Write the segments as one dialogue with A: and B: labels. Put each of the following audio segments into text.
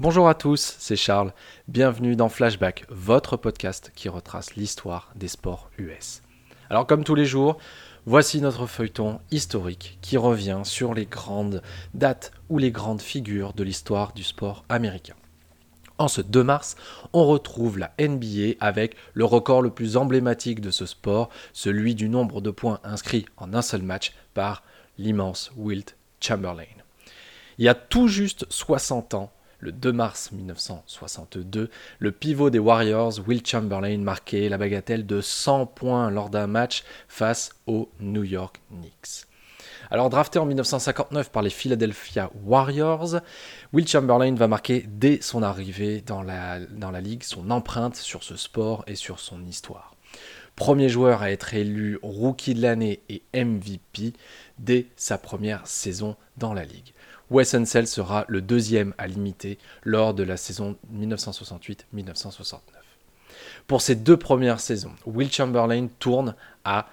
A: Bonjour à tous, c'est Charles. Bienvenue dans Flashback, votre podcast qui retrace l'histoire des sports US. Alors comme tous les jours, voici notre feuilleton historique qui revient sur les grandes dates ou les grandes figures de l'histoire du sport américain. En ce 2 mars, on retrouve la NBA avec le record le plus emblématique de ce sport, celui du nombre de points inscrits en un seul match par l'immense Wilt Chamberlain. Il y a tout juste 60 ans, le 2 mars 1962, le pivot des Warriors, Wilt Chamberlain, marquait la bagatelle de 100 points lors d'un match face aux New York Knicks. Alors drafté en 1959 par les Philadelphia Warriors, Wilt Chamberlain va marquer dès son arrivée dans la ligue son empreinte sur ce sport et sur son histoire. Premier joueur à être élu Rookie de l'année et MVP dès sa première saison dans la ligue. Wes Unseld sera le deuxième à l'imiter lors de la saison 1968-1969. Pour ses deux premières saisons, Wilt Chamberlain tourne à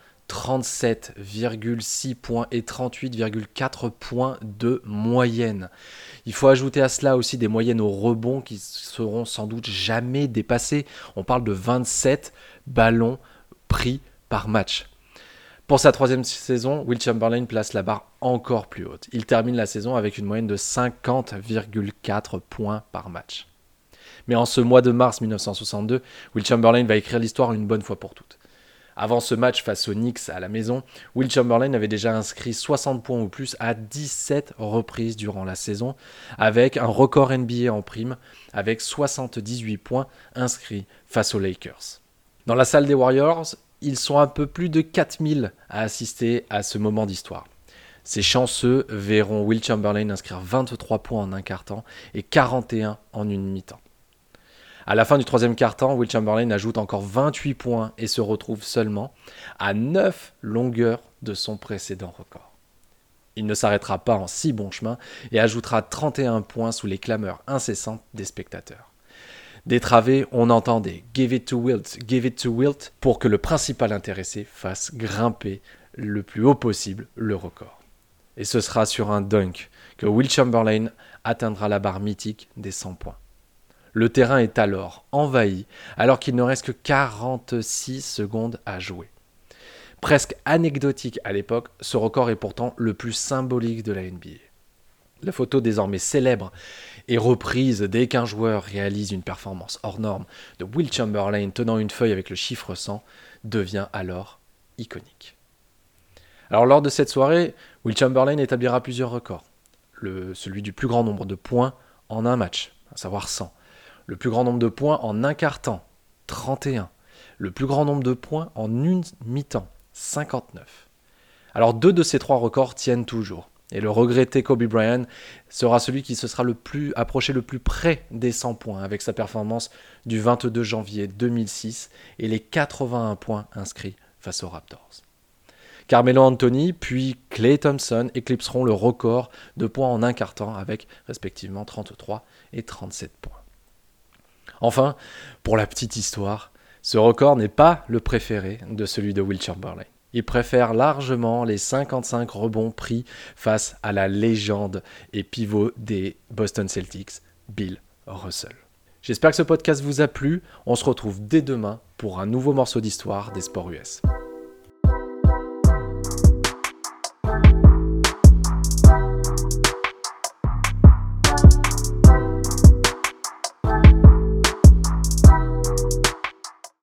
A: 37,6 points et 38,4 points de moyenne. Il faut ajouter à cela aussi des moyennes au rebond qui seront sans doute jamais dépassées. On parle de 27 ballons pris par match. Pour sa troisième saison, Wilt Chamberlain place la barre encore plus haute. Il termine la saison avec une moyenne de 50,4 points par match. Mais en ce mois de mars 1962, Wilt Chamberlain va écrire l'histoire une bonne fois pour toutes. Avant ce match face aux Knicks à la maison, Wilt Chamberlain avait déjà inscrit 60 points ou plus à 17 reprises durant la saison, avec un record NBA en prime, avec 78 points inscrits face aux Lakers. Dans la salle des Warriors, ils sont un peu plus de 4000 à assister à ce moment d'histoire. Ces chanceux verront Wilt Chamberlain inscrire 23 points en un quart-temps et 41 en une mi-temps. À la fin du troisième quart-temps, Wilt Chamberlain ajoute encore 28 points et se retrouve seulement à 9 longueurs de son précédent record. Il ne s'arrêtera pas en si bon chemin et ajoutera 31 points sous les clameurs incessantes des spectateurs. Des travées, on entendait « Give it to Wilt » pour que le principal intéressé fasse grimper le plus haut possible le record. Et ce sera sur un dunk que Wilt Chamberlain atteindra la barre mythique des 100 points. Le terrain est alors envahi alors qu'il ne reste que 46 secondes à jouer. Presque anecdotique à l'époque, ce record est pourtant le plus symbolique de la NBA. La photo désormais célèbre et reprise dès qu'un joueur réalise une performance hors norme de Wilt Chamberlain tenant une feuille avec le chiffre 100 devient alors iconique. Alors lors de cette soirée, Wilt Chamberlain établira plusieurs records. Celui du plus grand nombre de points en un match, à savoir 100. Le plus grand nombre de points en un quart-temps, 31. Le plus grand nombre de points en une mi-temps, 59. Alors 2 de ces 3 records tiennent toujours. Et le regretté Kobe Bryant sera celui qui se sera le plus approché le plus près des 100 points avec sa performance du 22 janvier 2006 et les 81 points inscrits face aux Raptors. Carmelo Anthony puis Klay Thompson éclipseront le record de points en un quart-temps avec respectivement 33 et 37 points. Enfin, pour la petite histoire, ce record n'est pas le préféré de celui de Wilt Chamberlain. Il préfère largement les 55 rebonds pris face à la légende et pivot des Boston Celtics, Bill Russell. J'espère que ce podcast vous a plu. On se retrouve dès demain pour un nouveau morceau d'histoire des sports US.